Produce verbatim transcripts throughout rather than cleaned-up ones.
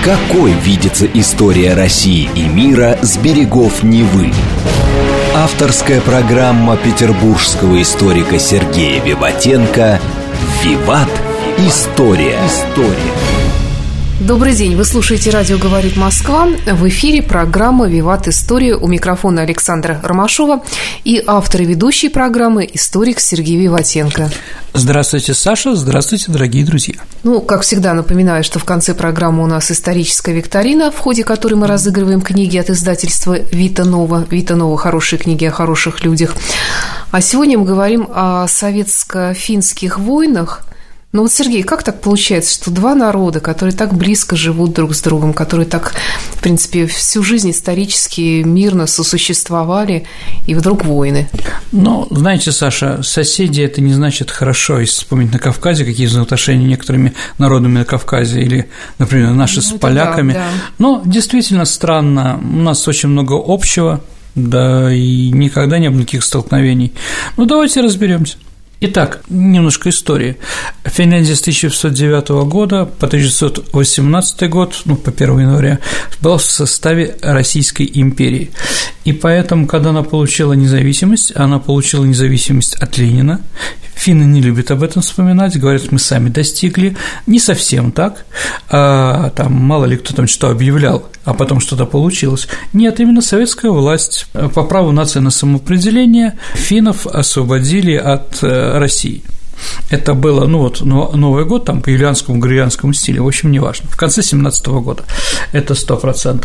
Какой видится история России и мира с берегов Невы? Авторская программа петербургского историка Сергея Виватенко «Виват. История». История. Добрый день, вы слушаете «Радио говорит Москва». В эфире программа «Виват. История». У микрофона Александра Ромашова и автор и ведущий программы историк Сергей Виватенко. Здравствуйте, Саша. Здравствуйте, дорогие друзья. Ну, как всегда, напоминаю, что в конце программы у нас историческая викторина, в ходе которой мы разыгрываем книги от издательства «Вита Нова». «Вита Нова» – хорошие книги о хороших людях. А сегодня мы говорим о советско-финских войнах. Ну вот, Сергей, как так получается, что два народа, которые так близко живут друг с другом, которые так, в принципе, всю жизнь исторически мирно сосуществовали, и вдруг войны? Ну, знаете, Саша, соседи – это не значит хорошо. Если вспомнить на Кавказе, какие взаимоотношения некоторыми народами на Кавказе, или, например, наши ну, с поляками. Да, да. Но действительно странно, у нас очень много общего, да, и никогда не было никаких столкновений. Ну, давайте разберемся. Итак, немножко истории. Финляндия с тысяча девятьсот девятого года по тысяча девятьсот восемнадцатый год, ну, по первого января, была в составе Российской империи. И поэтому, когда она получила независимость, она получила независимость от Ленина. Финны не любят об этом вспоминать, говорят, мы сами достигли. Не совсем так, а, там мало ли кто там что объявлял, а потом что-то получилось. Нет, именно советская власть по праву нации на самоопределение финнов освободили от России. Это было, ну вот, Новый год, там, по юлианскому, григорианскому стилю, в общем, неважно, в конце семнадцатого года, это сто процентов.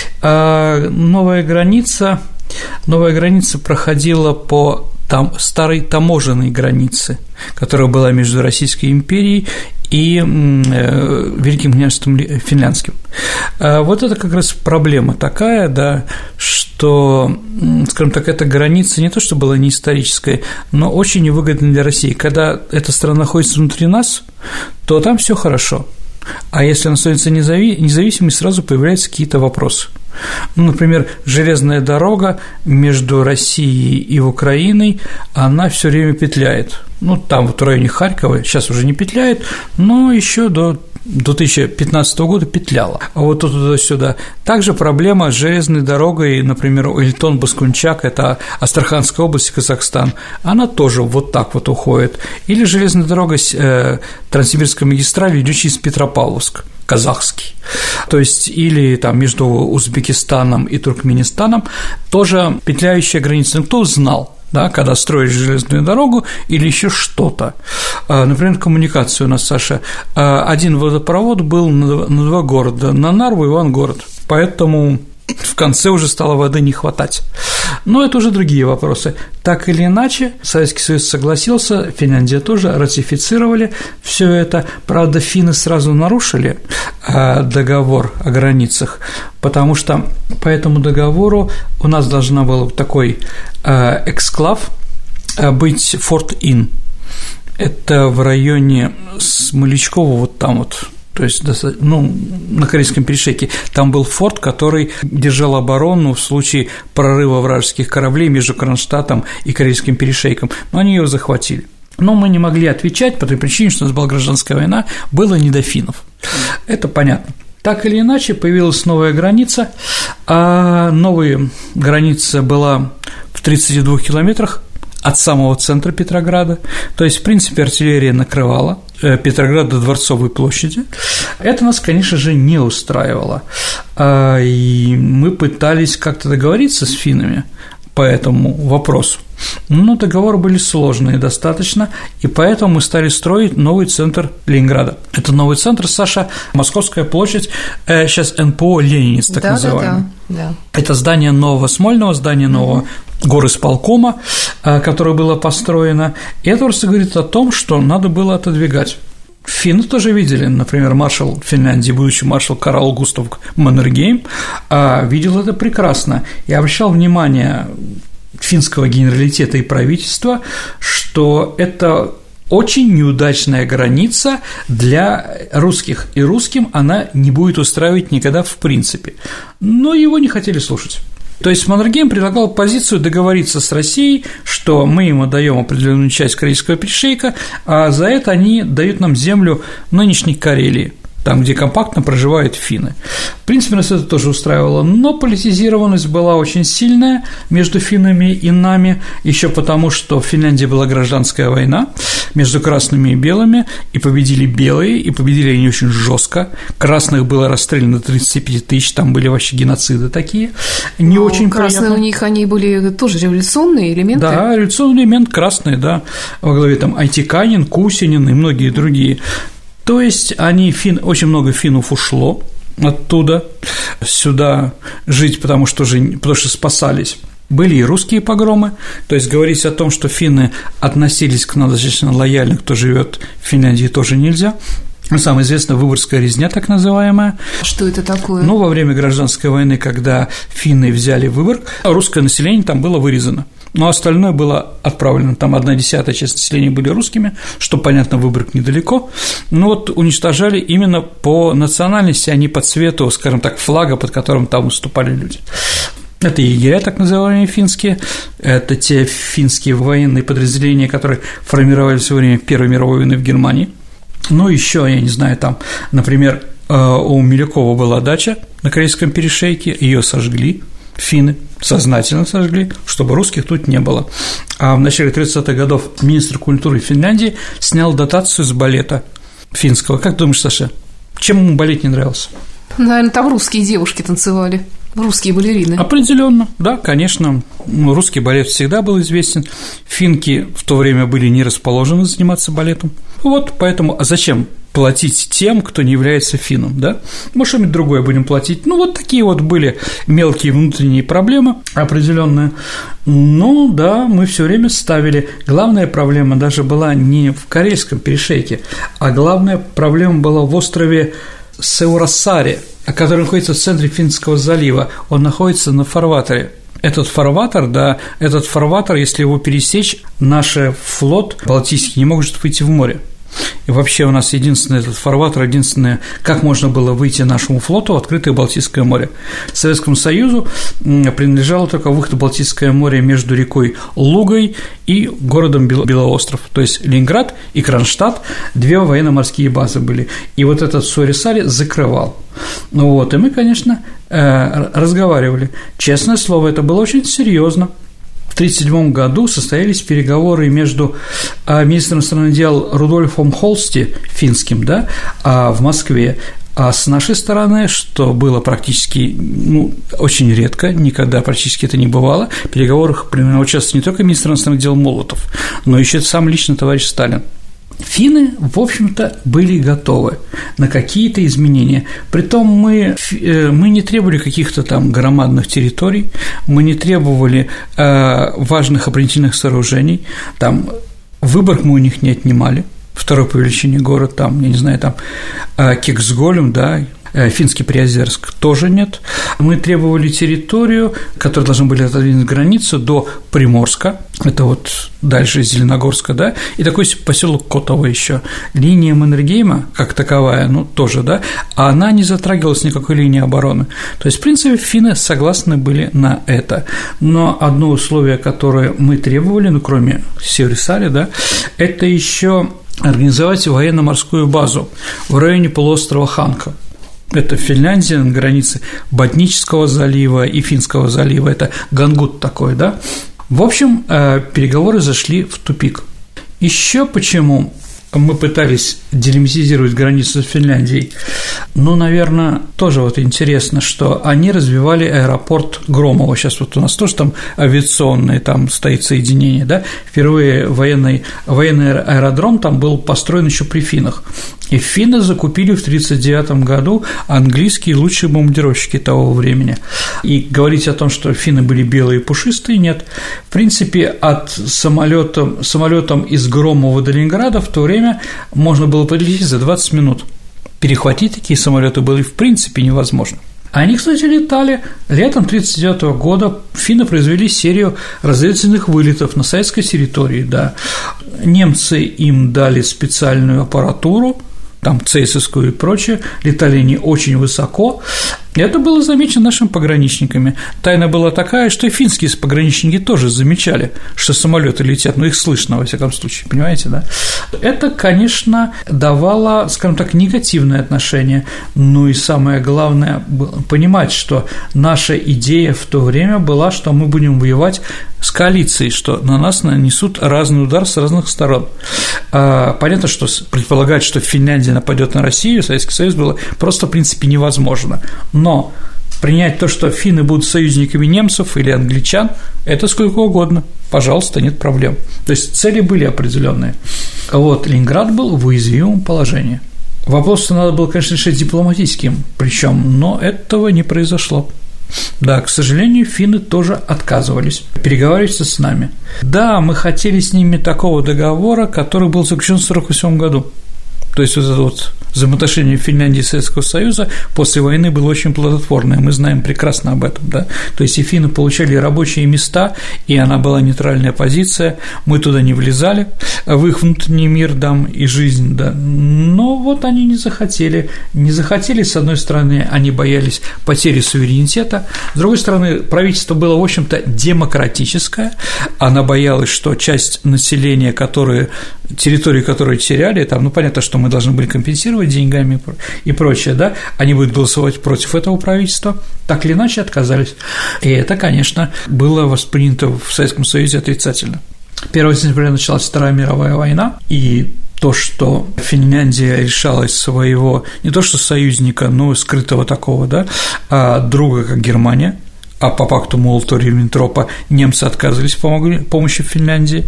А новая граница, новая граница проходила по там, старой таможенной границе, которая была между Российской империей и Великим княжеством Финляндским. Вот это как раз проблема такая, да, что, скажем так, эта граница не то, что была не историческая, но очень невыгодна для России. Когда эта страна находится внутри нас, то там все хорошо, а если она становится независимой, сразу появляются какие-то вопросы. Ну, например, железная дорога между Россией и Украиной, она все время петляет. Ну, там вот в районе Харькова сейчас уже не петляет, но еще до до две тысячи пятнадцатого года петляла, а вот туда-сюда. Также проблема с железной дорогой, например, Эльтон-Баскунчак, это Астраханская область, Казахстан, она тоже вот так вот уходит. Или железная дорога, э, Транссибирская магистраль, идущая из Петропавловска, казахский, то есть или там между Узбекистаном и Туркменистаном тоже петляющая граница. Ну, кто знал? Да, когда строили железную дорогу или еще что-то. Например, коммуникация у нас, Саша. Один водопровод был на два города, на Нарву и Ивангород, поэтому в конце уже стало воды не хватать. Но это уже другие вопросы. Так или иначе, Советский Союз согласился, Финляндия тоже, ратифицировали все это. Правда, финны сразу нарушили договор о границах, потому что по этому договору у нас должна была такой эксклав быть Форт Ин. Это в районе Смолячкова, вот там вот. То есть, ну, на Корейском перешейке, там был форт, который держал оборону в случае прорыва вражеских кораблей между Кронштадтом и Корейским перешейком, но они его захватили. Но мы не могли отвечать по той причине, что у нас была гражданская война, было не до финнов. Это понятно. Так или иначе, появилась новая граница, а новая граница была в тридцати двух километрах от самого центра Петрограда, то есть, в принципе, артиллерия накрывала Петроград до Дворцовой площади. Это нас, конечно же, не устраивало, и мы пытались как-то договориться с финнами по этому вопросу, но договоры были сложные достаточно, и поэтому мы стали строить новый центр Ленинграда. Это новый центр, Саша, Московская площадь, сейчас эн пэ о «Ленинец», так да, называемый. Да, да, да. Это здание нового Смольного, здание нового угу. горисполкома, которое было построено, и это просто говорит о том, что надо было отодвигать. Финны тоже видели, например, маршал Финляндии, будущий маршал Карл Густав Маннергейм, видел это прекрасно и обращал внимание финского генералитета и правительства, что это очень неудачная граница для русских, и русским она не будет устраивать никогда в принципе, но его не хотели слушать. То есть Маннергейм предлагал позицию договориться с Россией, что мы им отдаем определенную часть Карельского перешейка, а за это они дают нам землю нынешней Карелии. там, где компактно проживают финны. В принципе, нас это тоже устраивало, но политизированность была очень сильная между финнами и нами, еще потому, что в Финляндии была гражданская война между красными и белыми, и победили белые, и победили они очень жестко. Красных было расстреляно до тридцати пяти тысяч, там были вообще геноциды такие, не ну, очень красные приятно. У них они были тоже революционные элементы? Да, революционный элемент красный, да, во главе там Айтиканин, Кусинин и многие другие. То есть они, фин, очень много финнов ушло оттуда сюда жить, потому что, же, потому что спасались. Были и русские погромы, то есть говорить о том, что финны относились к нам достаточно лояльно, кто живет в Финляндии, тоже нельзя. Самая известная Выборгская резня, так называемая. Что это такое? Ну, во время гражданской войны, когда финны взяли Выборг, русское население там было вырезано, но остальное было отправлено. Там одна десятая часть населения были русскими, что, понятно, Выборг недалеко, но вот уничтожали именно по национальности, а не по цвету, скажем так, флага, под которым там выступали люди. Это егеря, так называемые финские, это те финские военные подразделения, которые формировались во время Первой мировой войны в Германии. Ну, еще, я не знаю, там, например, у Милюкова была дача на Корейском перешейке, ее сожгли, финны сознательно сожгли, чтобы русских тут не было. А в начале тридцатых годов министр культуры Финляндии снял дотацию с балета финского. Как думаешь, Саша, чем ему балет не нравился? Наверное, там русские девушки танцевали. Русские балерины. Определенно, да, конечно. Русский балет всегда был известен. Финки в то время были не расположены заниматься балетом. Вот поэтому, а зачем платить тем, кто не является финном, да? Мы что-нибудь другое будем платить. Ну, вот такие вот были мелкие внутренние проблемы определенные. Ну, да, мы все время ставили. Главная проблема даже была не в Карельском перешейке, а главная проблема была в острове Сеурасаре, который находится в центре Финского залива. Он находится на фарватере. Этот фарватер, да, этот фарватер, если его пересечь, наш флот Балтийский не может выйти в море. И вообще у нас единственный этот фарватер, единственное, как можно было выйти нашему флоту в открытое Балтийское море. Советскому Союзу принадлежало только выход в Балтийское море между рекой Лугой и городом Белоостров, то есть Ленинград и Кронштадт, две военно-морские базы были, и вот этот Суорисари закрывал. Ну вот, и мы, конечно, разговаривали. Честное слово, это было очень серьезно. В тысяча девятьсот тридцать седьмом году состоялись переговоры между министром иностранных дел Рудольфом Холсти, финским, да, в Москве, а с нашей стороны, что было практически, ну, очень редко, никогда практически это не бывало, в переговорах принимал участие не только министр иностранных дел Молотов, но еще сам лично товарищ Сталин. Финны, в общем-то, были готовы на какие-то изменения. Притом мы, мы не требовали каких-то там громадных территорий, мы не требовали э, важных оборонительных сооружений. Там Выборг мы у них не отнимали, второй по величине город, там, я не знаю, там э, Кексгольм, да, Финский Приозерск тоже нет. Мы требовали территорию, которая должны были отодвинуть границу до Приморска, это вот дальше Зеленогорска, да, и такой поселок Котово еще. Линия Маннергейма, как таковая, ну, тоже, да, а она не затрагивалась никакой линии обороны. То есть, в принципе, финны согласны были на это. Но одно условие, которое мы требовали, ну, кроме Северсари, да, это еще организовать военно-морскую базу в районе полуострова Ханка. Это Финляндия на границе Ботнического залива и Финского залива, это Гангут такой, да. В общем, переговоры зашли в тупик. Еще почему мы пытались делимитизировать границу с Финляндией? Ну, наверное, тоже вот интересно, что они развивали аэропорт Громово. Сейчас вот у нас тоже там авиационное, там стоит соединение, да. Впервые военный, военный аэродром там был построен еще при финнах. И финны закупили в тысяча девятьсот тридцать девятом году английские лучшие бомбардировщики того времени. И говорить о том, что финны были белые и пушистые, нет. В принципе, от самолета, самолетом из Громова до Ленинграда в то время можно было полететь за двадцать минут. Перехватить такие самолеты было в принципе невозможно. Они, кстати, летали. Летом тысяча девятьсот тридцать девятого года финны произвели серию разведывательных вылетов на советской территории, да. Немцы им дали специальную аппаратуру, там цейсовскую и прочее, летали они очень высоко, И это было замечено нашими пограничниками. Тайна была такая, что и финские пограничники тоже замечали, что самолеты летят, но их слышно, во всяком случае, понимаете, да? Это, конечно, давало, скажем так, негативное отношение. Ну и самое главное – понимать, что наша идея в то время была, что мы будем воевать с коалицией, что на нас нанесут разный удар с разных сторон. Понятно, что предполагать, что Финляндия нападет на Россию, Советский Союз, было просто, в принципе, невозможно. Но принять то, что финны будут союзниками немцев или англичан, это сколько угодно, пожалуйста, нет проблем. То есть цели были определенные. Вот Ленинград был в уязвимом положении. Вопрос надо было, конечно, решить дипломатическим, причем, но этого не произошло. Да, к сожалению, финны тоже отказывались переговариваться с нами. Да, мы хотели с ними такого договора, который был заключен в сорок восьмом году. То есть вот это вот взаимоотношения Финляндии и Советского Союза после войны было очень плодотворное, мы знаем прекрасно об этом, да, то есть и финны получали рабочие места, и она была нейтральная позиция, мы туда не влезали, в их внутренний мир, да, и жизнь, да, но вот они не захотели, не захотели, с одной стороны, они боялись потери суверенитета, с другой стороны, правительство было, в общем-то, демократическое, она боялась, что часть населения, которые, территории, которые теряли, там, ну, понятно, что мы должны были компенсировать деньгами и прочее, да, они будут голосовать против этого правительства, так или иначе отказались. И это, конечно, было воспринято в Советском Союзе отрицательно. первого сентября началась Вторая мировая война, и то, что Финляндия лишалась своего не то что союзника, но скрытого такого, да, а друга, как Германия, а по пакту Молотова-Риббентропа немцы отказывались от помощи Финляндии,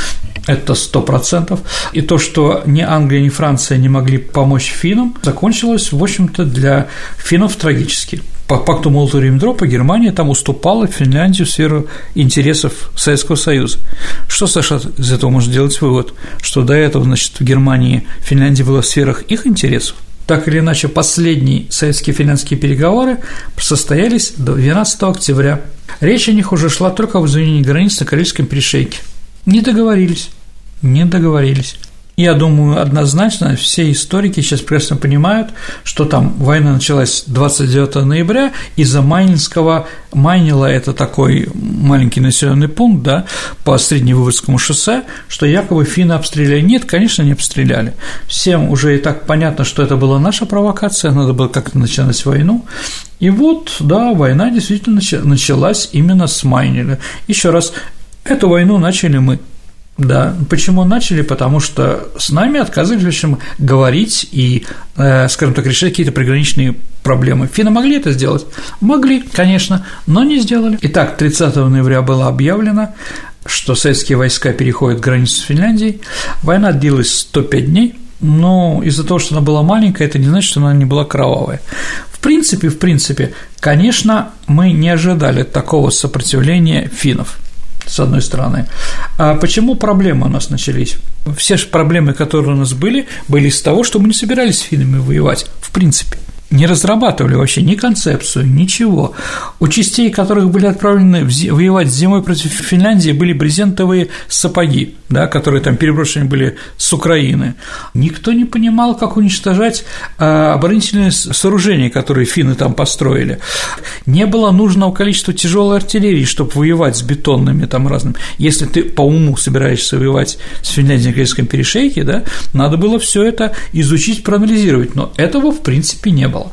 это сто процентов, и то, что ни Англия, ни Франция не могли помочь финнам, закончилось, в общем-то, для финнов трагически. По пакту Молотова-Риббентропа Германия там уступала Финляндию в сферу интересов Советского Союза. Что, Саша, из этого можно делать вывод? Что до этого, значит, в Германии Финляндия была в сферах их интересов? Так или иначе, последние советско-финляндские переговоры состоялись двенадцатого октября. Речь о них уже шла только об изменении границ на Карельском перешейке. Не договорились, не договорились. Я думаю, однозначно все историки сейчас прекрасно понимают, что там война началась двадцать девятого ноября из-за Майнинского. Майнило – это такой маленький населенный пункт, да, по Средневыводскому шоссе, что якобы финны обстреляли. Нет, конечно, не обстреляли. Всем уже и так понятно, что это была наша провокация, надо было как-то начинать войну. И вот, да, война действительно началась именно с Майниля. Еще раз, эту войну начали мы. Да, почему начали? Потому что с нами отказывались, в общем, говорить и, э, скажем так, решать какие-то приграничные проблемы. Финны могли это сделать? Могли, конечно, но не сделали. Итак, тридцатого ноября было объявлено, что советские войска переходят границу с Финляндией. Война длилась сто пять дней, но из-за того, что она была маленькая, это не значит, что она не была кровавая. В принципе, в принципе, конечно, мы не ожидали такого сопротивления финнов. С одной стороны. А почему проблемы у нас начались? Все же проблемы, которые у нас были, были из того, что мы не собирались с финнами воевать, в принципе. Не разрабатывали вообще ни концепцию, ничего. У частей, которых были отправлены воевать зимой против Финляндии, были брезентовые сапоги, да, которые там переброшены были с Украины. Никто не понимал, как уничтожать а, оборонительные сооружения, которые финны там построили. Не было нужного количества тяжелой артиллерии, чтобы воевать с бетонными там разными. Если ты по уму собираешься воевать с Финляндией на Карельском перешейке, да, надо было все это изучить, проанализировать, но этого в принципе не было.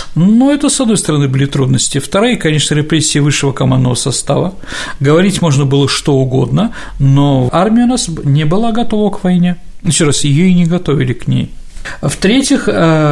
Но это, с одной стороны, были трудности. Вторые, конечно, репрессии высшего командного состава. Говорить можно было что угодно, но армия у нас не была готова к войне. Еще раз, ее и не готовили к ней. В-третьих,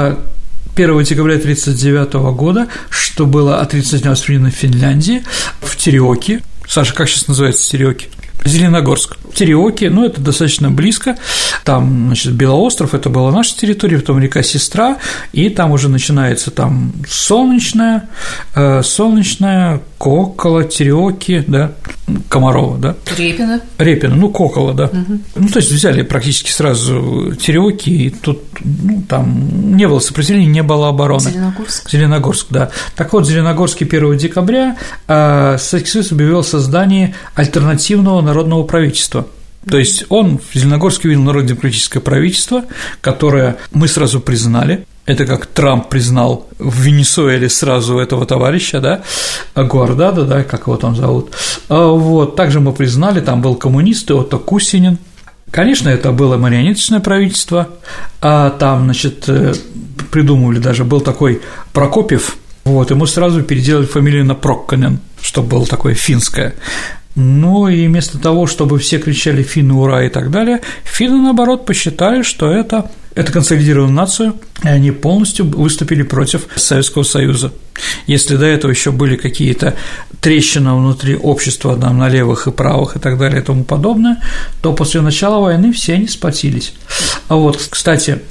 первого декабря тысяча девятьсот тридцать девятого года, что было отрицательно воспринято в Финляндии, в Тереоке. Саша, как сейчас называется Тереоки? Зеленогорск. Тереоки, ну, это достаточно близко, там, значит, Белоостров, это была наша территория, потом река Сестра, и там уже начинается там Солнечная, э, Солнечная, Кокола, Тереоки, да, Комарова, да. Репино. Репино, ну, Кокола, да. Угу. Ну, то есть взяли практически сразу Тереоки, и тут, ну, там не было сопротивления, не было обороны. Зеленогорск. Зеленогорск, да. Так вот, в Зеленогорске первого декабря э, Советский Союз объявил создание альтернативного народного правительства. То есть он в Зеленогорске видел народно-демократическое правительство, которое мы сразу признали. Это как Трамп признал в Венесуэле сразу этого товарища, да, Гуардадо, да, как его там зовут. Вот, также мы признали, там был коммунист Отто Кусинин. Конечно, это было марионеточное правительство, а там, значит, придумывали даже, был такой Прокопьев, вот, ему сразу переделали фамилию на Прокконен, чтобы было такое финское. Ну и вместо того, чтобы все кричали «финны, ура» и так далее, финны, наоборот, посчитали, что это, это консолидировала нацию, и они полностью выступили против Советского Союза. Если до этого еще были какие-то трещины внутри общества, там, на левых и правых и так далее и тому подобное, то после начала войны все они сплотились. А вот, кстати,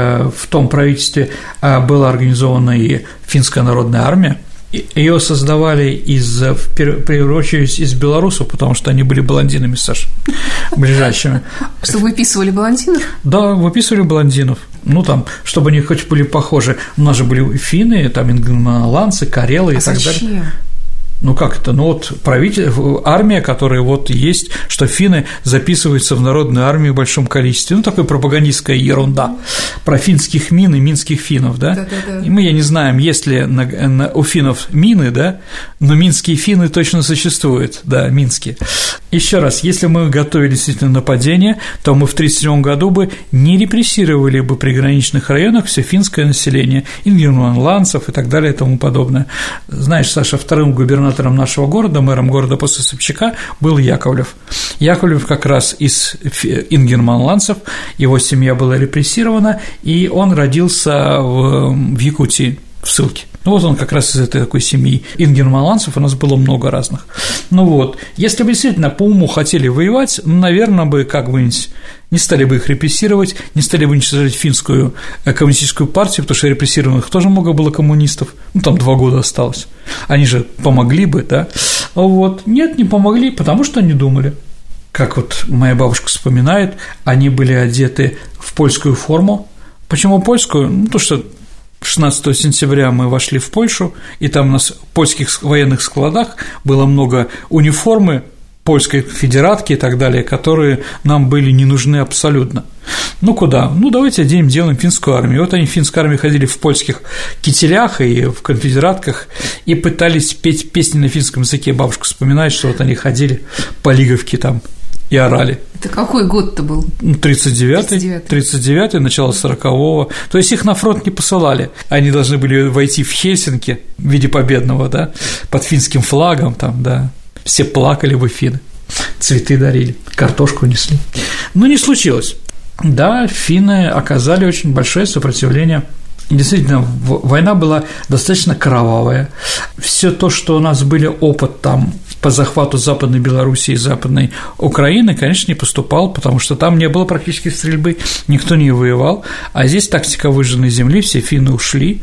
в том правительстве была организована и Финская народная армия. Ее создавали из, в первую очередь, из белорусов, потому что они были блондинами, Саша, ближайшими. Что, выписывали блондинов? Да, выписывали блондинов. Ну, там, чтобы они хоть были похожи. У нас же были финны, там, ингерманландцы, карелы и а так зачем? далее. Ну как это? Ну вот правитель, армия, которая вот есть, что финны записываются в народную армию в большом количестве. Ну, такая пропагандистская ерунда про финских мин и минских финнов, да? Да-да-да. И мы, я не знаем, есть ли на, на, у финнов мины, да, но минские финны точно существуют, да, минские. Еще раз, если мы готовили действительно нападение, то мы в тридцать седьмом году бы не репрессировали бы в приграничных районах все финское население, ингерманландцев и так далее и тому подобное. Знаешь, Саша, вторым губернатором нашего города, мэром города после Собчака был Яковлев. Яковлев как раз из ингерманландцев, его семья была репрессирована, и он родился в, в Якутии, в ссылке. Ну вот он как раз из этой такой семьи ингерманландцев, у нас было много разных. Ну вот, если бы действительно по уму хотели воевать, наверное, бы как-нибудь не стали бы их репрессировать, не стали бы уничтожать финскую коммунистическую партию, потому что репрессированных тоже много было коммунистов, ну там два года осталось, они же помогли бы, да, вот, нет, не помогли, потому что не думали. Как вот моя бабушка вспоминает, они были одеты в польскую форму. Почему польскую? Ну, то, что шестнадцатого сентября мы вошли в Польшу, и там у нас в польских военных складах было много униформы польской федератки и так далее, которые нам были не нужны абсолютно. Ну, куда? Ну, давайте оденем, делаем финскую армию. Вот они в финской армии ходили в польских кителях и в конфедератках и пытались петь песни на финском языке. Бабушка вспоминает, что вот они ходили по Лиговке там и орали. Это какой год-то был? тридцать девятый, тридцать девятый, начало сорокового. То есть их на фронт не посылали. Они должны были войти в Хельсинки в виде победного, да, под финским флагом там, да. Все плакали бы финны, цветы дарили, картошку несли. Но не случилось. Да, финны оказали очень большое сопротивление. Действительно, война была достаточно кровавая. Все то, что у нас были опыт там по захвату Западной Белоруссии и Западной Украины, конечно, не поступал, потому что там не было практически стрельбы, никто не воевал, а здесь тактика выжженной земли, все финны ушли.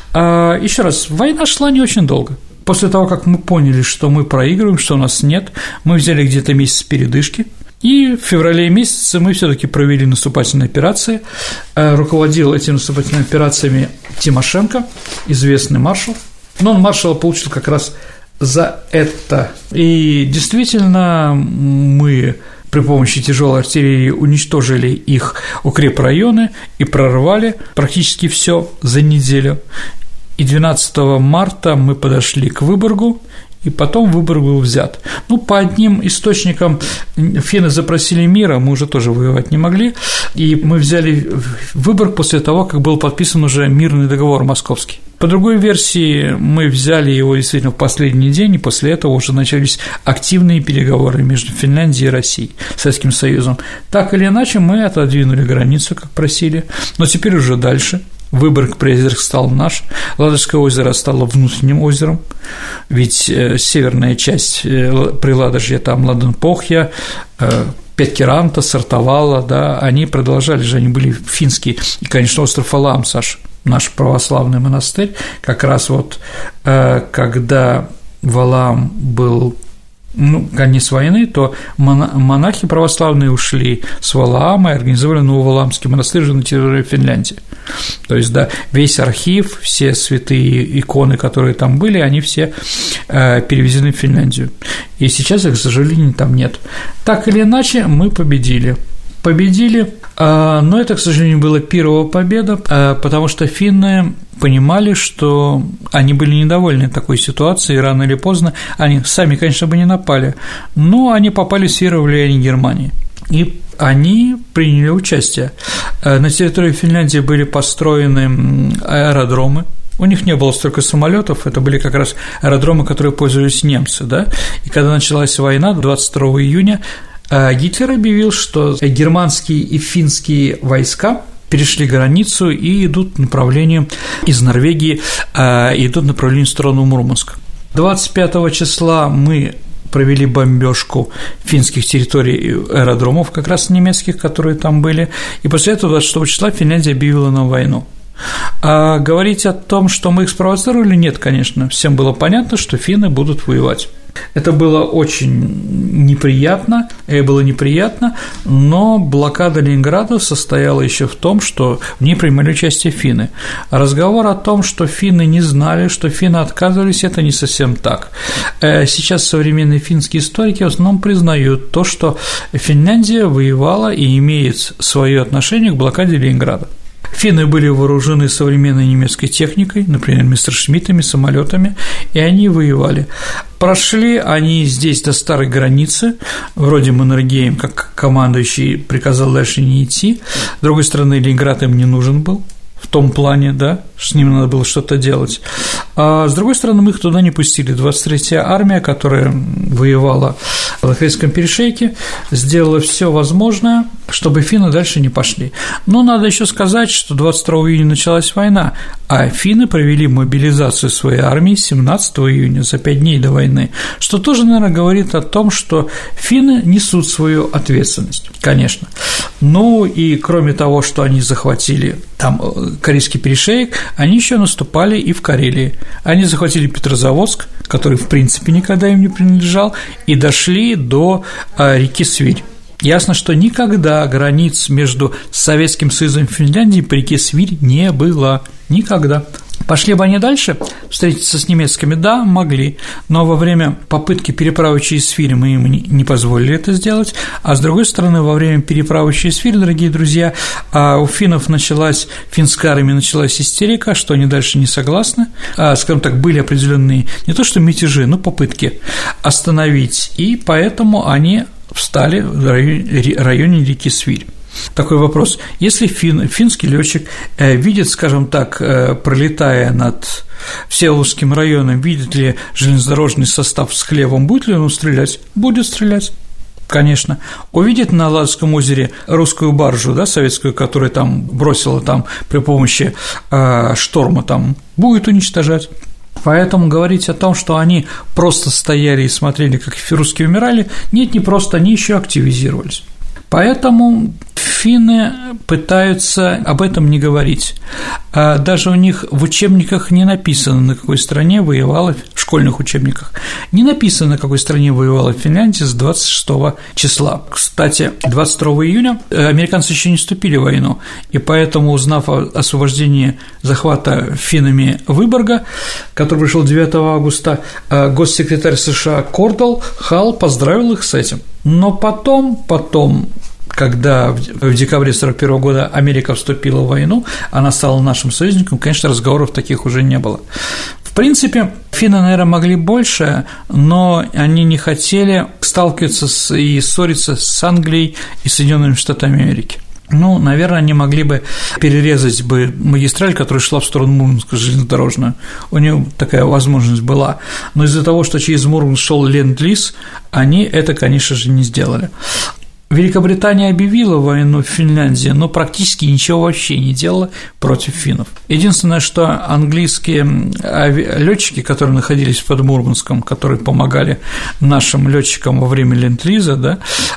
А, еще раз, война шла не очень долго. После того, как мы поняли, что мы проигрываем, что у нас нет, мы взяли где-то месяц передышки, и в феврале месяце мы все-таки провели наступательные операции. Руководил этими наступательными операциями Тимошенко, известный маршал, но он маршала получил как раз за это. И действительно, мы при помощи тяжелой артиллерии уничтожили их укрепрайоны и прорвали практически все за неделю. И двенадцатого марта мы подошли к Выборгу, и потом Выборг был взят. Ну, по одним источникам финны запросили мира, мы уже тоже воевать не могли, и мы взяли Выборг после того, как был подписан уже мирный договор московский. По другой версии, мы взяли его действительно в последний день, и после этого уже начались активные переговоры между Финляндией и Россией, Советским Союзом. Так или иначе, мы отодвинули границу, как просили, но теперь уже дальше. Выборг-Приозерск стал наш, Ладожское озеро стало внутренним озером, ведь северная часть Приладожья, там Ладенпохья, Петкеранта, Сартовала, да, они продолжали же, они были финские, и, конечно, остров Алам, Саша, наш православный монастырь, как раз вот когда Валаам был, ну, конец войны, то монахи православные ушли с Валаама и организовали Нововалаамский монастырь уже на территории Финляндии. То есть, да, весь архив, все святые иконы, которые там были, они все э, перевезены в Финляндию. И сейчас их, к сожалению, там нет. Так или иначе, мы победили. Победили, Но это, к сожалению, была первая победа, потому что финны понимали, что они были недовольны такой ситуацией, и рано или поздно они сами, конечно, бы не напали, но они попали в сферу влияния Германии. И они приняли участие. На территории Финляндии были построены аэродромы. У них не было столько самолетов, это были как раз аэродромы, которые пользовались немцы, да. И когда началась война, двадцать второго июня, Гитлер объявил, что германские и финские войска перешли границу и идут направлением из Норвегии, идут направлением в сторону Мурманска. двадцать пятого числа мы провели бомбежку финских территорий и аэродромов, как раз немецких, которые там были, и после этого двадцать шестого числа Финляндия объявила нам войну. А говорить о том, что мы их спровоцировали, нет, конечно, всем было понятно, что финны будут воевать. Это было очень неприятно, это было неприятно, но блокада Ленинграда состояла еще в том, что в ней принимали участие финны. Разговор о том, что финны не знали, что финны отказывались, это не совсем так. Сейчас современные финские историки в основном признают то, что Финляндия воевала и имеет свое отношение к блокаде Ленинграда. Финны были вооружены современной немецкой техникой, например, мессершмиттами, самолетами, и они воевали. Прошли они здесь до старой границы, вроде Маннергейм, как командующий, приказал дальше не идти. С другой стороны, Ленинград им не нужен был в том плане, да, с ним надо было что-то делать. А с другой стороны, мы их туда не пустили. двадцать третья армия, которая воевала в Лохвицком перешейке, сделала все возможное, чтобы финны дальше не пошли. Но надо еще сказать, что двадцать второго июня началась война, а финны провели мобилизацию своей армии семнадцатого июня, за пять дней до войны, что тоже, наверное, говорит о том, что финны несут свою ответственность, конечно. Ну и кроме того, что они захватили там Карельский перешеек, они еще наступали и в Карелии. Они захватили Петрозаводск, который, в принципе, никогда им не принадлежал, и дошли до реки Свирь. Ясно, что никогда границ между Советским Союзом и Финляндией по реке Свирь не было. Никогда. Пошли бы они дальше, встретиться с немецкими? Да, могли, но во время попытки переправы через Свирь мы им не позволили это сделать, а с другой стороны, во время переправы через Свирь, дорогие друзья, у финнов началась, финской армии началась истерика, что они дальше не согласны, скажем так, были определенные не то что мятежи, но попытки остановить, и поэтому они встали в районе, районе реки Свирь. Такой вопрос. Если фин, финский летчик э, видит, скажем так, э, пролетая над Всеволожским районом, видит ли железнодорожный состав с хлебом, будет ли он стрелять? Будет стрелять. Конечно. Увидит на Ладожском озере русскую баржу, да, советскую, которая там бросила там при помощи э, шторма, там, будет уничтожать. Поэтому говорить о том, что они просто стояли и смотрели, как русские умирали, нет, не просто, они еще активизировались. Поэтому финны пытаются об этом не говорить. Даже у них в учебниках не написано, на какой стране воевала, в школьных учебниках, не написано, на какой стране воевала Финляндия с двадцать шестого числа. Кстати, двадцать второго июня американцы еще не вступили в войну, и поэтому, узнав о освобождении захвата финнами Выборга, который пришел девятого августа, госсекретарь США Кордал Халл поздравил их с этим. Но потом, потом, когда в декабре сорок первого года Америка вступила в войну, она стала нашим союзником, конечно, разговоров таких уже не было. В принципе, финны, наверное, могли больше, но они не хотели сталкиваться с, и ссориться с Англией и Соединенными Штатами Америки. Ну, наверное, они могли бы перерезать бы магистраль, которая шла в сторону Мурманска, железнодорожную. У них такая возможность была. Но из-за того, что через Мурманск шел ленд-лиз, они это, конечно же, не сделали. Великобритания объявила войну в Финляндии, но практически ничего вообще не делала против финнов. Единственное, что английские летчики, которые находились под Мурманском, которые помогали нашим летчикам во время ленд-лиза, да,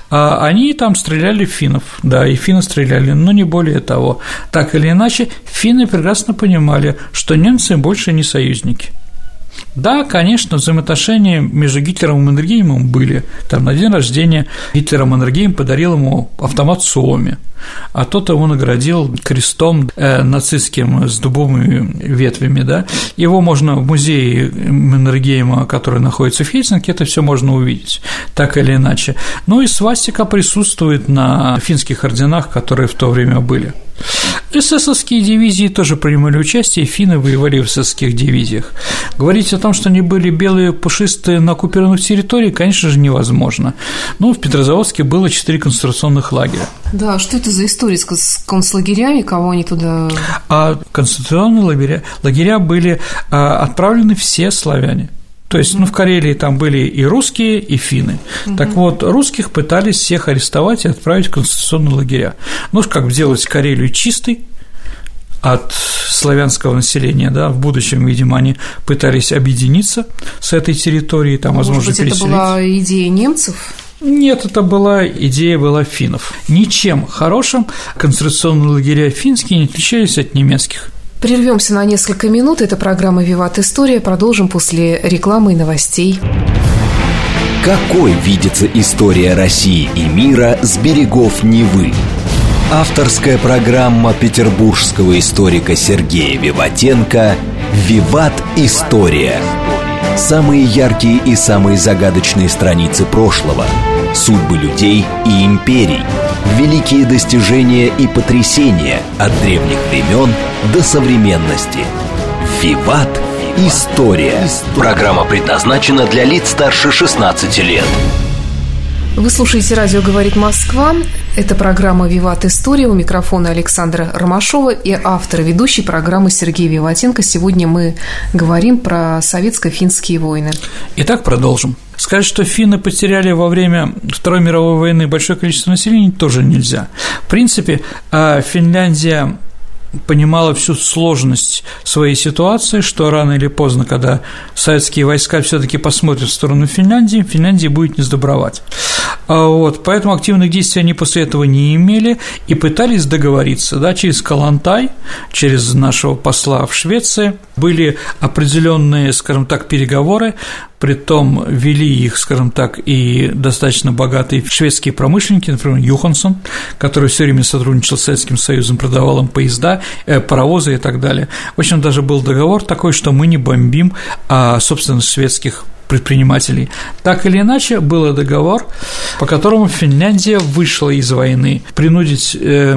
они там стреляли в финнов, да, и финны стреляли, но не более того. Так или иначе, финны прекрасно понимали, что немцы больше не союзники. Да, конечно, взаимоотношения между Гитлером и Маннергеймом были. Там на день рождения Гитлера Маннергейм подарил ему автомат Суоми, а тот его наградил крестом э, нацистским с дубовыми ветвями, да. Его можно в музее Маннергейма, который находится в Хельсинки, это все можно увидеть, так или иначе. Ну и свастика присутствует на финских орденах, которые в то время были. Эсэсовские дивизии тоже принимали участие, финны воевали в эсэсовских дивизиях. Говорить о том, что они были белые, пушистые на оккупированных территориях, конечно же, невозможно. Ну, в Петрозаводске было четыре концентрационных лагеря. Да, что это за история с концлагерями, кого они туда… А концентрационные лагеря, лагеря были а, отправлены все славяне. То есть, ну, в Карелии там были и русские, и финны. Uh-huh. Так вот, русских пытались всех арестовать и отправить в концентрационные лагеря. Ну, как бы сделать Карелию чистой от славянского населения, да, в будущем, видимо, они пытались объединиться с этой территорией, там, Может возможно, быть, переселить. Это была идея немцев? Нет, это была идея была финнов. Ничем хорошим концентрационные лагеря финские не отличались от немецких. Прервемся на несколько минут. Это программа «Виват История». Продолжим после рекламы и новостей. Какой видится история России и мира с берегов Невы? Авторская программа петербургского историка Сергея Виватенко «Виват История». Самые яркие и самые загадочные страницы прошлого, судьбы людей и империй, великие достижения и потрясения от древних времен до современности. «Виват. История». Программа предназначена для лиц старше шестнадцати лет. Вы слушаете «Радио говорит Москва». Это программа «Виват История». У микрофона Александра Ромашова и автор и ведущий программы Сергей Виватенко. Сегодня мы говорим про советско-финские войны. Итак, продолжим. Сказать, что финны потеряли во время Второй мировой войны большое количество населения, тоже нельзя. В принципе, Финляндия понимала всю сложность своей ситуации, что рано или поздно, когда советские войска все-таки посмотрят в сторону Финляндии, Финляндии будет не сдобровать. Вот, поэтому активных действий они после этого не имели и пытались договориться, да, через Калантай, через нашего посла в Швеции были определенные, скажем так, переговоры. Притом вели их, скажем так, и достаточно богатые шведские промышленники, например, Юхансон, который все время сотрудничал с Советским Союзом, продавал им поезда, паровозы и так далее. В общем, даже был договор такой, что мы не бомбим, а, собственно, шведских предпринимателей. Так или иначе, был договор, по которому Финляндия вышла из войны. Принудить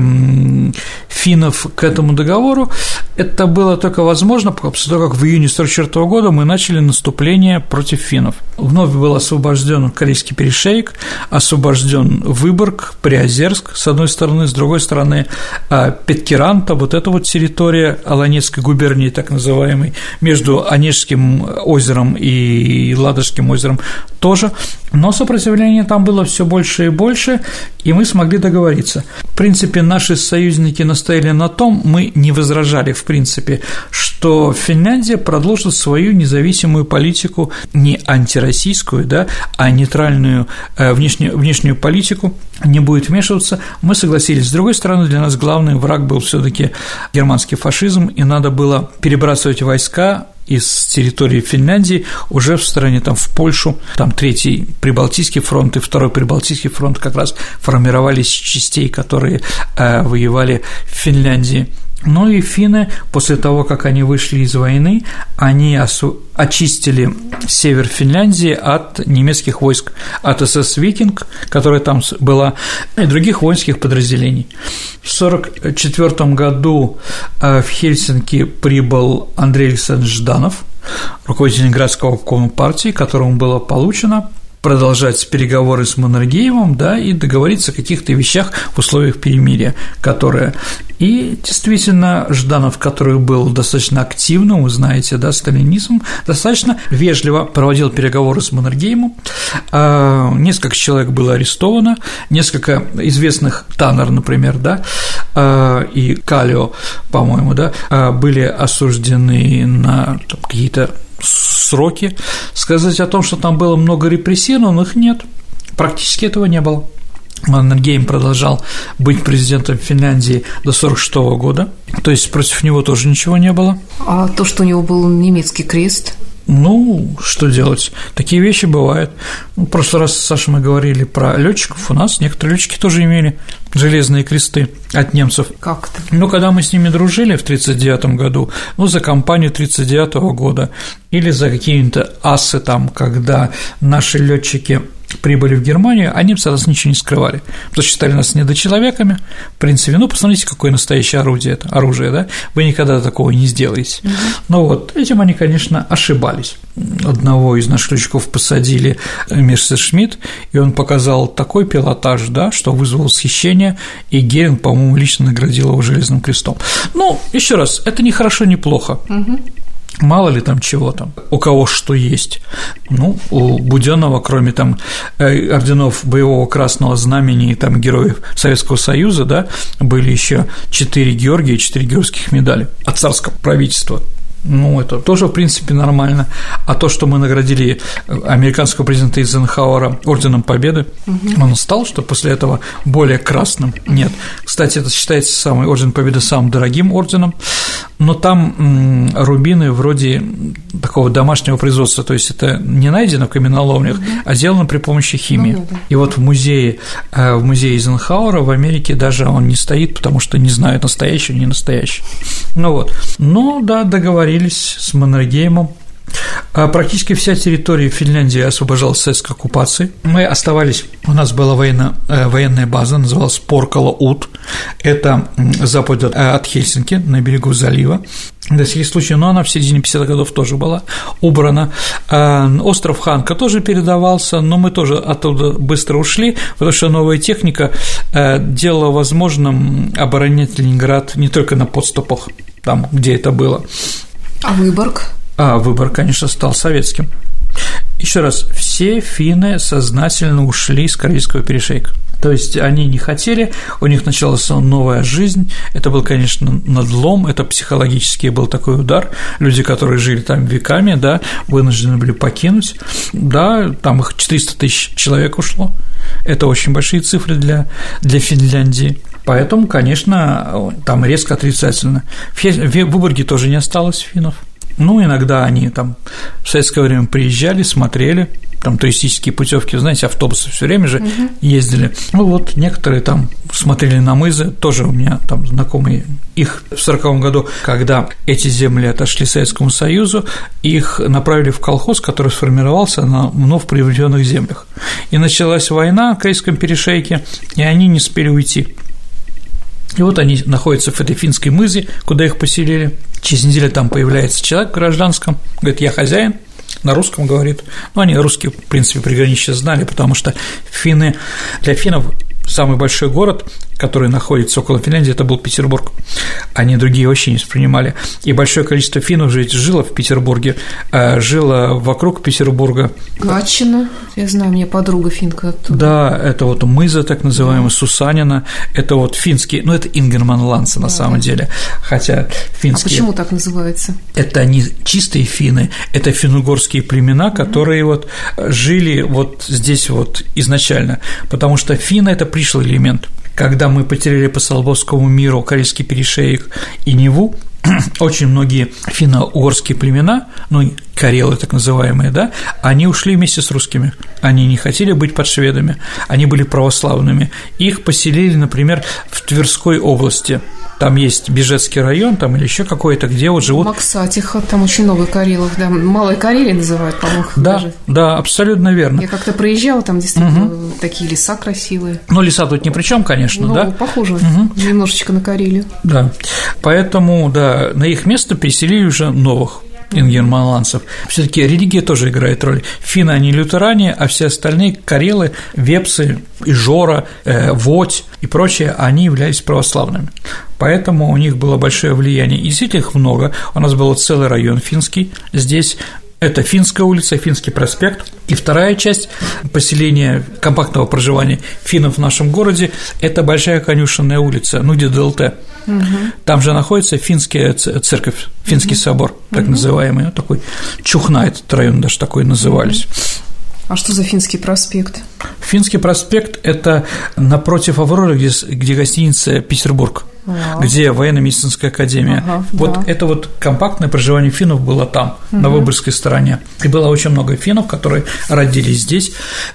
эм, финнов к этому договору это было только возможно после того, как в июне сорок четвёртого года мы начали наступление против финнов. Вновь был освобожден Карельский перешеек, освобожден Выборг, Приозерск, с одной стороны, с другой стороны, Петкеранта, вот эта вот территория Аланецкой губернии, так называемой, между Онежским озером и Ладожским озером тоже, но сопротивление там было все больше и больше, и мы смогли договориться. В принципе, наши союзники настояли на том, мы не возражали, в принципе, что Финляндия продолжит свою независимую политику, не антироссийскую, да, а нейтральную э, внешнюю, внешнюю политику, не будет вмешиваться. Мы согласились. С другой стороны, для нас главный враг был все-таки германский фашизм, и надо было перебрасывать войска из территории Финляндии уже в стороне, там, в Польшу, там Третий Прибалтийский фронт и Второй Прибалтийский фронт как раз формировались из частей, которые э, воевали в Финляндии. Ну и финны, после того, как они вышли из войны, они осу- очистили север Финляндии от немецких войск, от эс эс «Викинг», которая там была, и других воинских подразделений. В сорок четвёртом году в Хельсинки прибыл Андрей Александрович Жданов, руководитель городского обкома партии, которому было поручено продолжать переговоры с Маннергеймом, да, и договориться о каких-то вещах в условиях перемирия, которые… И действительно, Жданов, который был достаточно активным, вы знаете, да, сталинизм, достаточно вежливо проводил переговоры с Маннергеймом, несколько человек было арестовано, несколько известных, Таннер, например, да, и Калио, по-моему, да, были осуждены на там, какие-то сроки. Сказать о том, что там было много репрессированных, нет, практически этого не было. Маннергейм продолжал быть президентом Финляндии до сорок шестого года, то есть против него тоже ничего не было. А то, что у него был немецкий крест? Ну, что делать? Такие вещи бывают. Ну, в прошлый раз, Саша, мы говорили про летчиков. У нас некоторые летчики тоже имели железные кресты от немцев. Как это? Ну, когда мы с ними дружили в тридцать девятом году, ну, за кампанию тридцать девятого года или за какие-то асы там, когда наши летчики прибыли в Германию, а немцы от нас ничего не скрывали, потому что считали нас недочеловеками, в принципе, ну, посмотрите, какое настоящее орудие это, оружие, да, вы никогда такого не сделаете. Mm-hmm. Ну вот, этим они, конечно, ошибались. Одного из наших летчиков посадили Мессершмитт, и он показал такой пилотаж, да, что вызвал восхищение, и Геринг, по-моему, лично наградил его железным крестом. Ну, еще раз, это не хорошо, не плохо. Mm-hmm. Мало ли там чего там, у кого что есть. Ну, у Будённого, кроме там орденов Боевого Красного Знамени и там Героев Советского Союза, да, были еще четыре Георгия и четыре георгиевских медали от царского правительства. Ну, это тоже, в принципе, нормально. А то, что мы наградили американского президента Эйзенхауэра орденом Победы, угу. он стал, что после этого более красным? Нет. Кстати, это считается самый орден Победы самым дорогим орденом, но там м, рубины вроде такого домашнего производства, то есть это не найдено в каменоломнях, угу. а сделано при помощи химии. Ну, да, да. И вот в музее, в музее Эйзенхауэра в Америке даже он не стоит, потому что не знают, настоящий или не настоящий. Ну вот. Ну, да, договорились с Маннергеймом. Практически вся территория Финляндии освобождалась от советской оккупации. Мы оставались, у нас была военно, военная база, называлась Поркала-Ут, это запад от Хельсинки, на берегу залива. На всякий случай, но она в середине пятидесятых годов тоже была убрана. Остров Ханка тоже передавался, но мы тоже оттуда быстро ушли, потому что новая техника делала возможным оборонять Ленинград не только на подступах, там, где это было. А Выборг? А Выборг, конечно, стал советским. Еще раз, все финны сознательно ушли с Карельского перешейка. То есть они не хотели, у них началась новая жизнь, это был, конечно, надлом, это психологический был такой удар, люди, которые жили там веками, да, вынуждены были покинуть, да, там их четыреста тысяч человек ушло, это очень большие цифры для, для Финляндии. Поэтому, конечно, там резко отрицательно. В Выборге тоже не осталось финнов. Ну, иногда они там в советское время приезжали, смотрели, там туристические путевки, знаете, автобусы все время же uh-huh. ездили. Ну, вот некоторые там смотрели на мызы, тоже у меня там знакомые, их в сороковом году, когда эти земли отошли Советскому Союзу, их направили в колхоз, который сформировался на вновь приобретенных землях. И началась война в Карельском перешейке, и они не успели уйти. И вот они находятся в этой финской мызе, куда их поселили. Через неделю там появляется человек в гражданском, говорит, я хозяин, на русском говорит. Ну, они русские, в принципе, приграничье знали, потому что финны, для финнов самый большой город, который находится около Финляндии, это был Петербург. Они другие вообще не воспринимали. И большое количество финнов же жило в Петербурге, жило вокруг Петербурга. Гатчина, я знаю, у меня подруга финка оттуда. Да, это вот мыза, так называемая, да. Сусанина, это вот финские, ну, это ингерманландцы на да, самом да. деле, хотя финские… А почему так называется? Это не чистые финны, это финно-угорские племена, которые mm-hmm. вот жили вот здесь вот изначально, потому что финны – это пришлый элемент. Когда мы потеряли по Солобовскому миру Карельский перешеек и Неву, очень многие финно-угорские племена, ну, карелы так называемые, да, они ушли вместе с русскими, они не хотели быть под шведами, они были православными, их поселили, например, в Тверской области, там есть Бежецкий район, там или еще какой-то, где вот живут… Максатиха, там очень много карелов, да, Малая Карелия называют, по-моему. Да, даже. Да, абсолютно верно. Я как-то проезжала, там действительно угу. такие леса красивые. Ну, леса тут ни при чем, конечно, ну, да? Ну, похоже угу. немножечко на Карелию. Да, поэтому, да, на их место переселили уже новых ингерманландцев. Все-таки религия тоже играет роль. Финны, они лютеране, а все остальные карелы, вепсы, ижора, э, водь и прочее, они являлись православными. Поэтому у них было большое влияние. И действительно их много. У нас был целый район финский здесь. Это Финская улица, Финский проспект. И вторая часть поселения, компактного проживания финнов в нашем городе – это Большая Конюшенная улица, ну, где ДЛТ. Угу. Там же находится финская церковь, Финский угу. собор, так угу. называемый, такой Чухна, этот район даже такой назывались. Угу. А что за Финский проспект? Финский проспект – это напротив Авроры, где, где гостиница «Петербург», а. где военно-медицинская академия. Ага, вот да. Это вот компактное проживание финнов было там, угу. на Выборгской стороне. И было очень много финнов, которые родились здесь,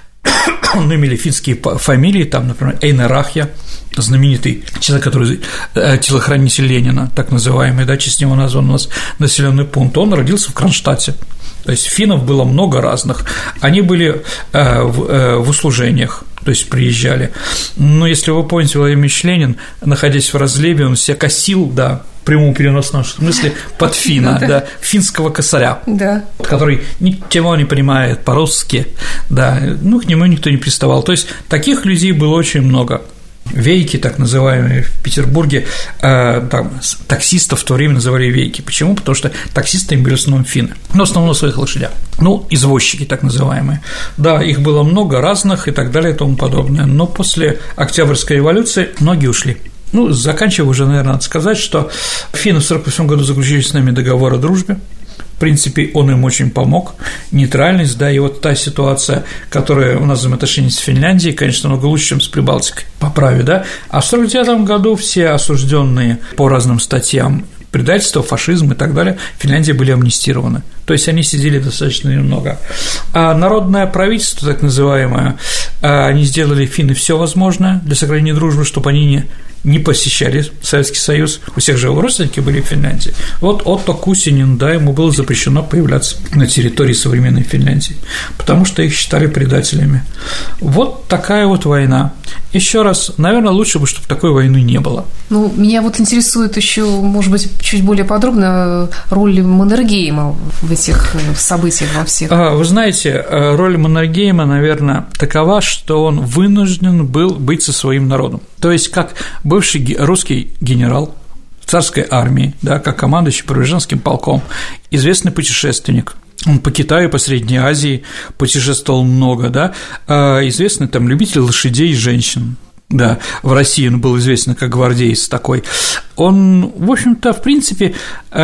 ну, имели финские фамилии, там, например, Эйнарахья, знаменитый человек, который телохранитель Ленина, так называемый, да, в честь него назван у нас населенный пункт, он родился в Кронштадте. То есть финнов было много разных, они были э, в, э, в услужениях, то есть приезжали. Но если вы помните, Владимир Ильич Ленин, находясь в Разлебе, он себя косил, да, в прямом переносном смысле под финна, да, финского косаря, который ничего не понимает по-русски, да, ну, к нему никто не приставал. То есть таких людей было очень много. Вейки, так называемые в Петербурге, э, там, таксистов в то время называли вейки. Почему? Потому что таксистами были в основном финны, но в основном на своих лошадях. Ну, извозчики, так называемые. Да, их было много разных и так далее и тому подобное. Но после Октябрьской революции многие ушли. Ну, заканчивая уже, наверное, надо сказать, что финны в сорок восьмом году заключили с нами договор о дружбе. В принципе, он им очень помог, нейтральность, да, и вот та ситуация, которая у нас взаимоотношения с Финляндией, конечно, много лучше, чем с Прибалтикой, по праве, да, а в сорок девятом году все осужденные по разным статьям предательство, фашизм и так далее, в Финляндии были амнистированы, то есть они сидели достаточно немного. А народное правительство, так называемое, они сделали, финны, все возможное для сохранения дружбы, чтобы они не не посещали Советский Союз, у всех же его родственники были в Финляндии. Вот Отто Кусинин, да, ему было запрещено появляться на территории современной Финляндии, потому что их считали предателями. Вот такая вот война. Еще раз, наверное, лучше бы, чтобы такой войны не было. Ну, меня вот интересует еще, может быть, чуть более подробно роль Маннергейма в этих событиях во всех. Вы знаете, роль Маннергейма, наверное, такова, что он вынужден был быть со своим народом. То есть, как бывший русский генерал царской армии, да, как командующий Преображенским полком, известный путешественник. Он по Китаю, по Средней Азии путешествовал много, да, известный там любитель лошадей и женщин. Да, в России он был известен как гвардеец такой. Он, в общем-то, в принципе,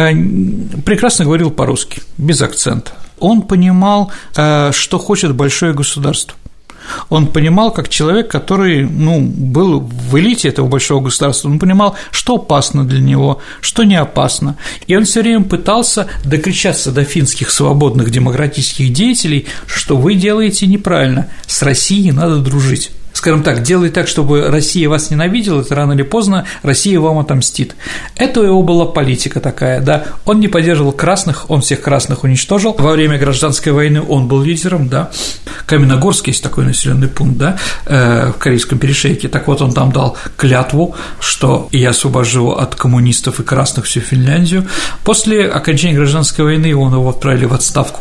прекрасно говорил по-русски, без акцента. Он понимал, что хочет большое государство. Он понимал, как человек, который, ну, был в элите этого большого государства, он понимал, что опасно для него, что не опасно. И он все время пытался докричаться до финских свободных демократических деятелей, что вы делаете неправильно, с Россией надо дружить. Скажем так, делай так, чтобы Россия вас ненавидела, это рано или поздно Россия вам отомстит. Это у него была политика такая, да. Он не поддерживал красных, он всех красных уничтожил. Во время гражданской войны он был лидером, да. Каменногорск есть такой населенный пункт, да, в Корейском перешейке. Так вот, он там дал клятву, что я освобожу от коммунистов и красных всю Финляндию. После окончания гражданской войны его отправили в отставку.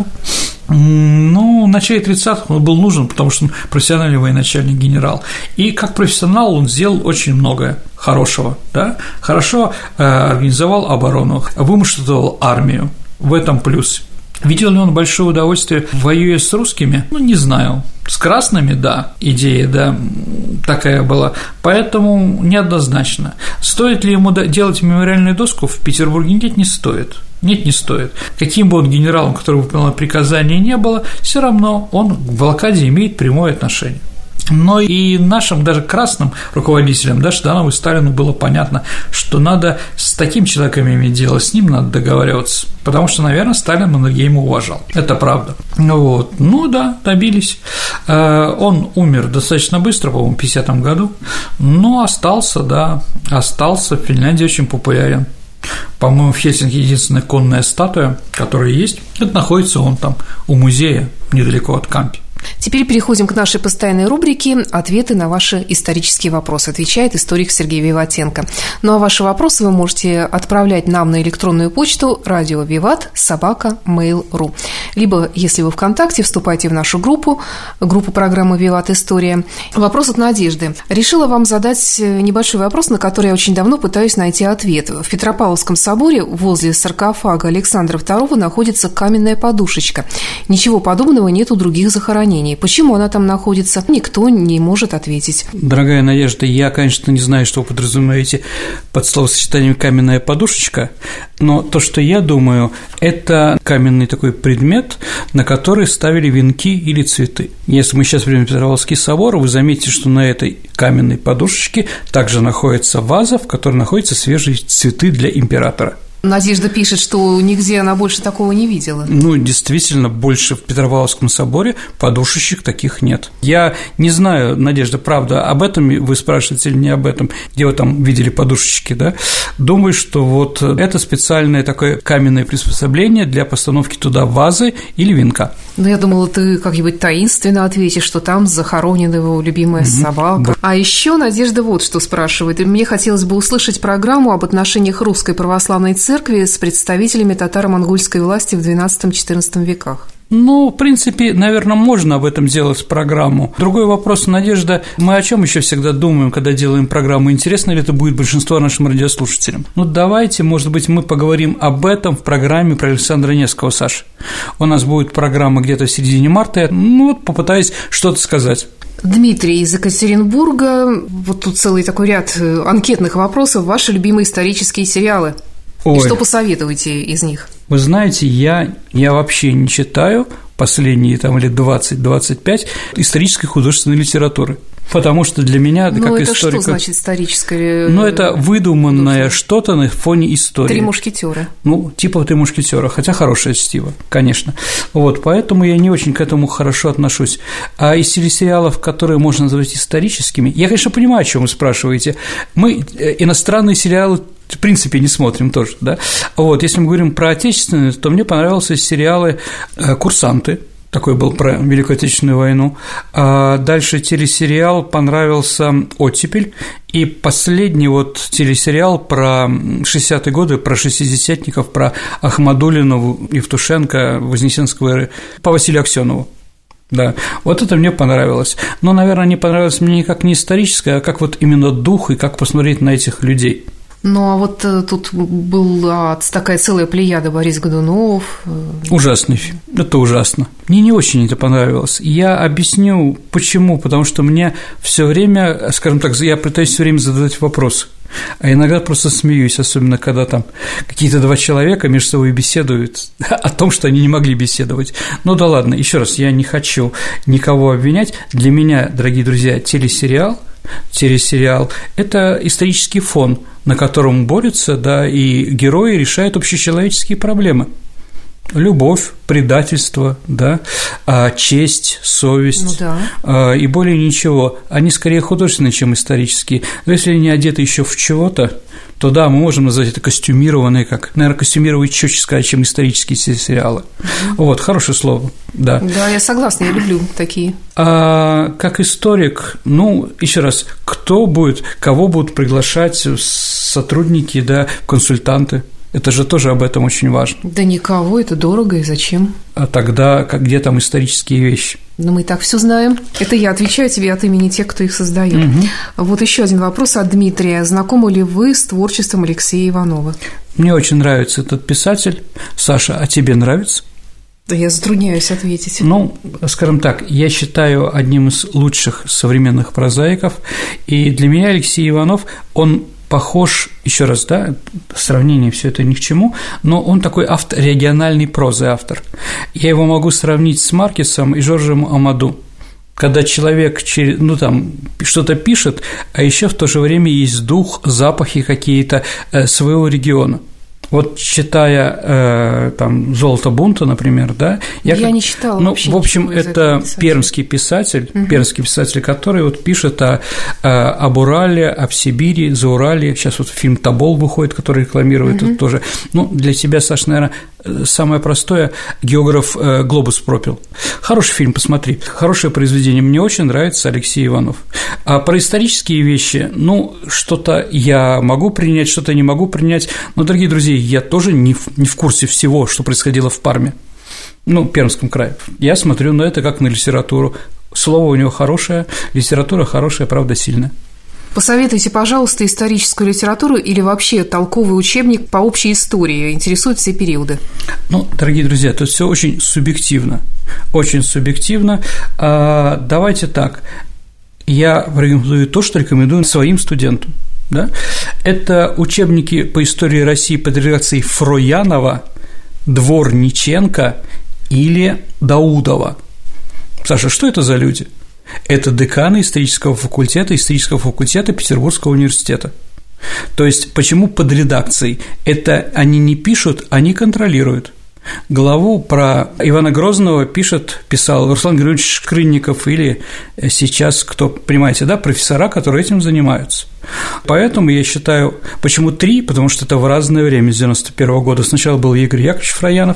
Ну, в начале тридцатых он был нужен, потому что он профессиональный военачальник, генерал. И как профессионал он сделал очень многое хорошего, да, хорошо э, организовал оборону, вымуштровал армию, в этом плюс. Видел ли он большое удовольствие, воюя с русскими? Ну, не знаю. С красными, да, идея, да, такая была, поэтому неоднозначно. Стоит ли ему делать мемориальную доску в Петербурге? Нет, не стоит. Нет, не стоит. Каким бы он генералом, который выполнял приказания, не было, все равно он к блокаде имеет прямое отношение. Но и нашим даже красным руководителям, да, Жданову и Сталину было понятно, что надо с таким человеком иметь дело, с ним надо договариваться, потому что, наверное, Сталин Маннергейма уважал, это правда. Вот. Ну да, добились. Он умер достаточно быстро, по-моему, в пятидесятом году, но остался, да, остался в Финляндии очень популярен. По-моему, в Хельсинки единственная конная статуя, которая есть, это находится он там у музея недалеко от Кампи. Теперь переходим к нашей постоянной рубрике «Ответы на ваши исторические вопросы», отвечает историк Сергей Виватенко. Ну а ваши вопросы вы можете отправлять нам на электронную почту радио виват собака мейл точка ру. Либо, если вы ВКонтакте, вступайте в нашу группу, группу программы «Виват История». Вопрос от Надежды. Решила вам задать небольшой вопрос, на который я очень давно пытаюсь найти ответ. В Петропавловском соборе возле саркофага Александра второго находится каменная подушечка. Ничего подобного нет у других захоронений. Почему она там находится, никто не может ответить. Дорогая Надежда, я, конечно, не знаю, что вы подразумеваете под словосочетанием «каменная подушечка», но то, что я думаю, это каменный такой предмет, монет, на которые ставили венки или цветы. Если мы сейчас придем в Петропавловский собор, вы заметите, что на этой каменной подушечке также находится ваза, в которой находятся свежие цветы для императора. Надежда пишет, что нигде она больше такого не видела. Ну, действительно, больше в Петропавловском соборе подушечек таких нет. Я не знаю, Надежда, правда, об этом вы спрашиваете или не об этом, где вы там видели подушечки, да? Думаю, что вот это специальное такое каменное приспособление для постановки туда вазы или венка. Ну, я думала, ты как-нибудь таинственно ответишь, что там захоронена его любимая mm-hmm. собака. А еще Надежда вот что спрашивает. Мне хотелось бы услышать программу об отношениях Русской Православной Церкви с представителями татаро-монгольской власти в двенадцатом-четырнадцатом веках. Ну, в принципе, наверное, можно об этом сделать программу. Другой вопрос, Надежда, мы о чем еще всегда думаем, когда делаем программу? Интересно ли это будет большинство нашим радиослушателям? Ну, давайте, может быть, мы поговорим об этом в программе про Александра Невского, Саша. У нас будет программа где-то в середине марта, ну, вот попытаюсь что-то сказать. Дмитрий из Екатеринбурга, вот тут целый такой ряд анкетных вопросов. Ваши любимые исторические сериалы? Ой. И что посоветуете из них? Вы знаете, я, я вообще не читаю последние там лет двадцать-двадцать пять исторической художественной литературы, потому что для меня, ну, как это историка… что значит историческое? Ну, это выдуманное что-то на фоне истории. «Три мушкетера». Ну, типа «Три мушкетера», хотя хорошее чтиво, конечно. Вот, поэтому я не очень к этому хорошо отношусь. А из телесериалов, которые можно назвать историческими, я, конечно, понимаю, о чем вы спрашиваете. Мы иностранные сериалы в принципе не смотрим тоже, да. Вот, если мы говорим про отечественные, то мне понравился сериалы «Курсанты», такой был про Великую Отечественную войну. А дальше телесериал понравился «Оттепель», и последний вот телесериал про шестидесятые годы, про шестидесятников, про Ахмадуллину, Евтушенко, Вознесенского эры, по Василию Аксёнову. Да, вот это мне понравилось. Но, наверное, не понравилось мне никак не историческое, а как вот именно дух и как посмотреть на этих людей. Ну, а вот тут была такая целая плеяда: Борис Годунов. Ужасный фильм, это ужасно. Мне не очень это понравилось. Я объясню, почему. Потому что мне все время, скажем так, я пытаюсь все время задавать вопросы, а иногда просто смеюсь, особенно когда там какие-то два человека между собой беседуют о том, что они не могли беседовать. Ну да ладно, еще раз, я не хочу никого обвинять. Для меня, дорогие друзья, телесериал телесериал – это исторический фон, на котором борются, да, и герои решают общечеловеческие проблемы. Любовь, предательство, да, честь, совесть, ну, да. И более ничего. Они скорее художественные, чем исторические. Но если они одеты еще в чего-то, то да, мы можем назвать это костюмированные, как, наверное, костюмировать чуть сказать, чем исторические сериалы. Mm-hmm. Вот, хорошее слово, да. Да, я согласна, я люблю такие. А как историк, ну, еще раз, кто будет, кого будут приглашать сотрудники, да, консультанты? Это же тоже об этом очень важно. Да никого, это дорого, и зачем? А тогда где там исторические вещи? Ну, мы и так все знаем. Это я отвечаю тебе от имени тех, кто их создает. Угу. Вот еще один вопрос от Дмитрия. Знакомы ли вы с творчеством Алексея Иванова? Мне очень нравится этот писатель. Саша, а тебе нравится? Да я затрудняюсь ответить. Ну, скажем так, я считаю одним из лучших современных прозаиков, и для меня Алексей Иванов, он похож, еще раз, да, сравнение все это ни к чему, но он такой автор, региональный прозы автор. Я его могу сравнить с Маркесом и Жоржем Амаду. Когда человек, ну, там, что-то пишет, а еще в то же время есть дух, запахи какие-то своего региона. Вот читая э, там «Золото бунта», например, да, я, я как, не читала. Ну, в общем, это пермский писатель, угу. пермский писатель, который вот пишет о, о, об Урале, об Сибири, Зауралье. Сейчас вот фильм «Тобол» выходит, который рекламирует угу. это тоже. Ну, для тебя, Саша, наверное, самое простое – «Географ глобус пропил». Хороший фильм, посмотри, хорошее произведение. Мне очень нравится Алексей Иванов. А про исторические вещи, ну, что-то я могу принять, что-то не могу принять. Но, дорогие друзья, я тоже не в, не в курсе всего, что происходило в Парме, ну, в Пермском крае. Я смотрю на это как на литературу. Слово у него хорошее, литература хорошая, правда, сильная. Посоветуйте, пожалуйста, историческую литературу или вообще толковый учебник по общей истории. Интересуют все периоды. Ну, дорогие друзья, тут все очень субъективно. Очень субъективно. А, давайте так. Я рекомендую то, что рекомендую своим студентам. Да? Это учебники по истории России под редакцией Фроянова, Дворниченко, или Даудова. Саша, что это за люди? Это деканы исторического факультета, исторического факультета Петербургского университета. То есть, почему под редакцией? Это они не пишут, они контролируют. Главу про Ивана Грозного пишет, писал Руслан Григорьевич Шкрынников или сейчас, кто, понимаете, да, профессора, которые этим занимаются. Поэтому я считаю, почему три, потому что это в разное время, с девяносто первого года. Сначала был Игорь Яковлевич Фраянов,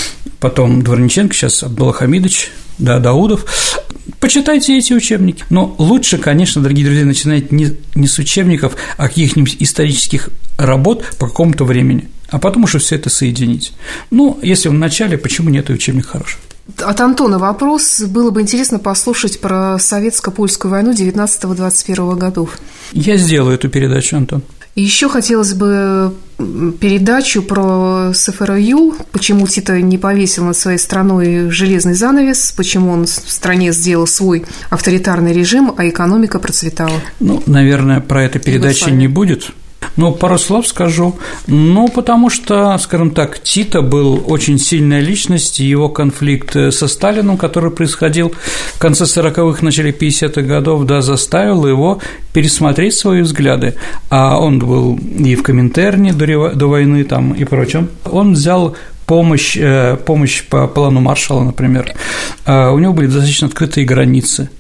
потом Дворниченко, сейчас Абдулла Хамидович, да, Даудов. Почитайте эти учебники. Но лучше, конечно, дорогие друзья, начинать не, не с учебников, а каких-нибудь исторических работ по какому-то времени, а потом уже все это соединить. Ну, если в начале, почему нет и учебник хороший? От Антона вопрос. Было бы интересно послушать про советско-польскую войну девятнадцатого-двадцать первого годов. Я сделаю эту передачу, Антон. Еще хотелось бы передачу про СФРЮ, почему Тито не повесил над своей страной железный занавес, почему он в стране сделал свой авторитарный режим, а экономика процветала. Ну, наверное, про это передачи не будет. Ну, пару слов скажу. Ну, потому что, скажем так, Тито был очень сильная личность, и его конфликт со Сталином, который происходил в конце сороковых, начале пятидесятых годов, да, заставил его пересмотреть свои взгляды. А он был и в Коминтерне до, до войны там и прочем. Он взял помощь, помощь по плану Маршалла, например. У него были достаточно открытые границы.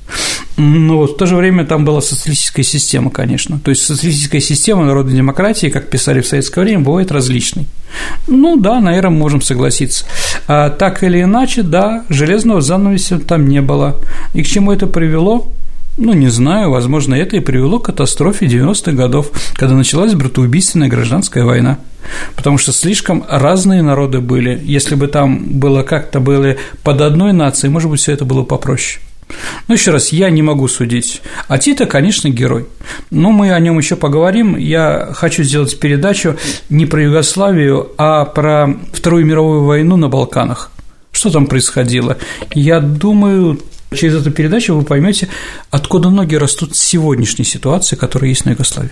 Но вот в то же время там была социалистическая система, конечно. То есть социалистическая система народной демократии, как писали в советское время, бывает различной. Ну да, наверное, мы можем согласиться. А так или иначе, да, железного занавеса там не было. И к чему это привело? Ну, не знаю, возможно, это и привело к катастрофе девяностых годов, когда началась братоубийственная гражданская война. Потому что слишком разные народы были. Если бы там было как-то были под одной нацией, может быть, все это было попроще. Ну, еще раз, я не могу судить. А Тито, конечно, герой. Но мы о нем еще поговорим. Я хочу сделать передачу не про Югославию, а про Вторую мировую войну на Балканах. Что там происходило? Я думаю, через эту передачу вы поймете, откуда ноги растут с сегодняшней ситуации, которая есть на Югославии.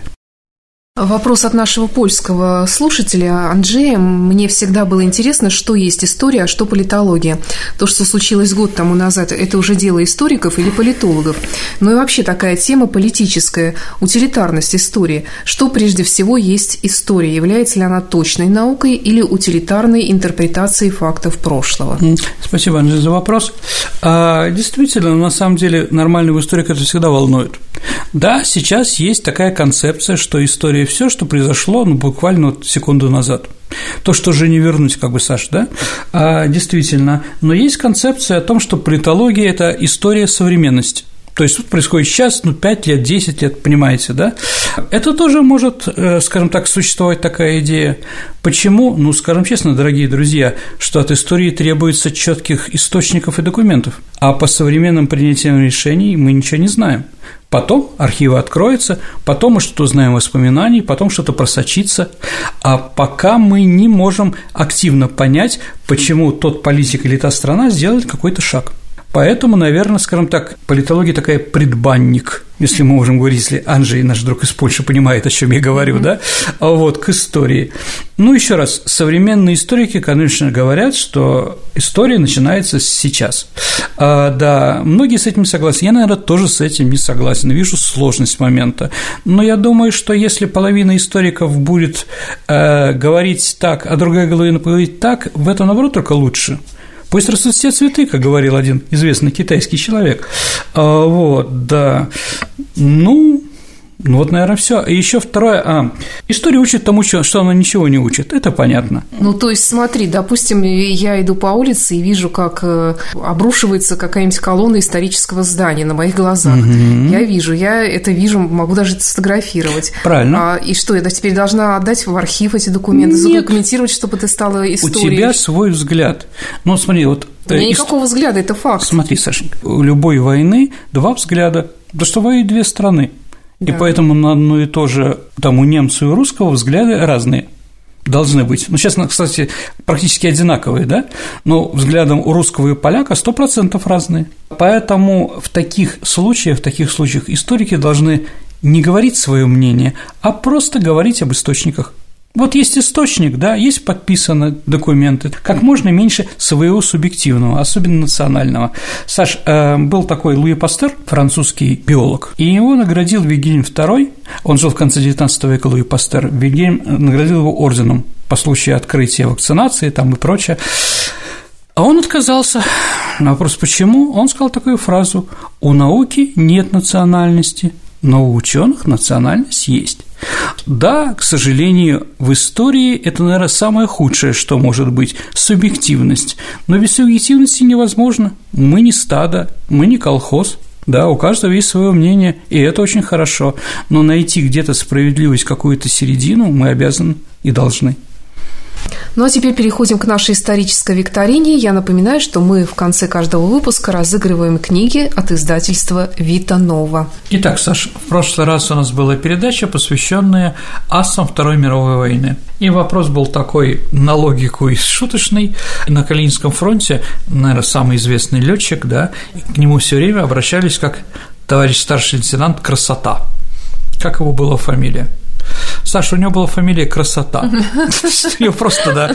Вопрос от нашего польского слушателя Анджея. Мне всегда было интересно, что есть история, а что политология. То, что случилось год тому назад, это уже дело историков или политологов. Ну и вообще такая тема политическая, утилитарность истории. Что прежде всего есть история? Является ли она точной наукой или утилитарной интерпретацией фактов прошлого? Спасибо, Анджей, за вопрос. Действительно, на самом деле нормального историка это всегда волнует. Да, сейчас есть такая концепция, что история – все, что произошло, ну, буквально вот секунду назад. То, что уже не вернуть, как бы, Саш, да? А, действительно. Но есть концепция о том, что политология – это история современности. То есть тут происходит сейчас, ну, пять лет, десять лет, понимаете, да? Это тоже может, скажем так, существовать такая идея. Почему? Ну, скажем честно, дорогие друзья, что от истории требуется четких источников и документов, а по современным принятиям решений мы ничего не знаем. Потом архивы откроются, потом мы что-то узнаем воспоминаний, потом что-то просочится, а пока мы не можем активно понять, почему тот политик или та страна сделает какой-то шаг. Поэтому, наверное, скажем так, политология такая предбанник, если мы можем говорить, если Анджей, наш друг из Польши, понимает, о чем я говорю, mm-hmm. да, а вот к истории. Ну, еще раз, современные историки, конечно, говорят, что история начинается сейчас. А, да, многие с этим согласны. Я, наверное, тоже с этим не согласен, вижу сложность момента. Но я думаю, что если половина историков будет э, говорить так, а другая половина говорить так, в этом, наоборот, только лучше. Пусть растут все цветы, как говорил один известный китайский человек. А, вот, да. Ну, ну вот, наверное, все. И еще второе. А, история учит тому, что она ничего не учит. Это понятно. Ну, то есть, смотри, допустим, я иду по улице и вижу, как обрушивается какая-нибудь колонна исторического здания на моих глазах. Угу. Я вижу, я это вижу, могу даже это сфотографировать. Правильно. А, и что, я теперь должна отдать в архив эти документы, Нет. задокументировать, чтобы это стало историей? У тебя свой взгляд. Ну, смотри, вот… У меня никакого взгляда, это факт. Смотри, Сашенька, у любой войны два взгляда, да что воюют две страны. Да. И поэтому на одно и то же, там, у немца и у русского взгляды разные должны быть. Ну, сейчас, кстати, практически одинаковые, да, но взглядом у русского и поляка сто процентов разные. Поэтому в таких случаях, в таких случаях историки должны не говорить свое мнение, а просто говорить об источниках. Вот есть источник, да, есть подписаны документы, как можно меньше своего субъективного, особенно национального. Саш, был такой Луи Пастер, французский биолог, и его наградил Вильгельм второй, он жил в конце девятнадцатого века, Луи Пастер, Вильгельм наградил его орденом по случаю открытия вакцинации там и прочее. А он отказался. На вопрос «почему?» он сказал такую фразу: «У науки нет национальности, но у ученых национальность есть». Да, к сожалению, в истории это, наверное, самое худшее, что может быть – субъективность. Но без субъективности невозможно. Мы не стадо, мы не колхоз. Да, у каждого есть свое мнение, и это очень хорошо. Но найти где-то справедливость, какую-то середину мы обязаны и должны. Ну а теперь переходим к нашей исторической викторине. Я напоминаю, что мы в конце каждого выпуска разыгрываем книги от издательства «Вита Нова». Итак, Саша, в прошлый раз у нас была передача, посвященная асам Второй мировой войны. И вопрос был такой на логику и шуточный. На Калининском фронте, наверное, самый известный летчик, да, к нему все время обращались как товарищ старший лейтенант Красота. Как его была фамилия? Саша, у него была фамилия Красота. У него просто, да,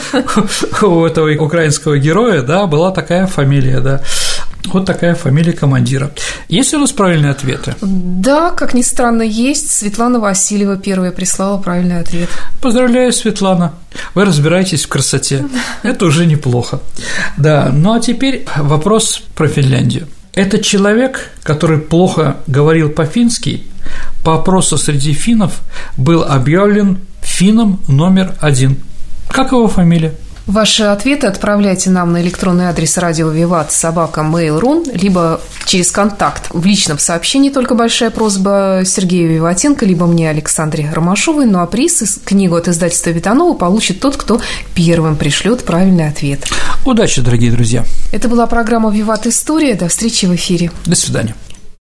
у этого украинского героя, да, была такая фамилия, да. Вот такая фамилия командира. Есть у нас правильные ответы? Да, как ни странно, есть. Светлана Васильева первая прислала правильный ответ. Поздравляю, Светлана. Вы разбираетесь в красоте. Это уже неплохо. Да, ну а теперь вопрос про Финляндию. Это человек, который плохо говорил по-фински, по опросу среди финнов был объявлен финном номер один. Как его фамилия? Ваши ответы отправляйте нам на электронный адрес радио Виват собака мейл точка ру, либо через контакт в личном сообщении. Только большая просьба Сергею Виватенко, либо мне, Александре Ромашовой. Ну а приз, книгу от издательства «Вита Нова», получит тот, кто первым пришлет правильный ответ. Удачи, дорогие друзья. Это была программа «Виват История». До встречи в эфире. До свидания.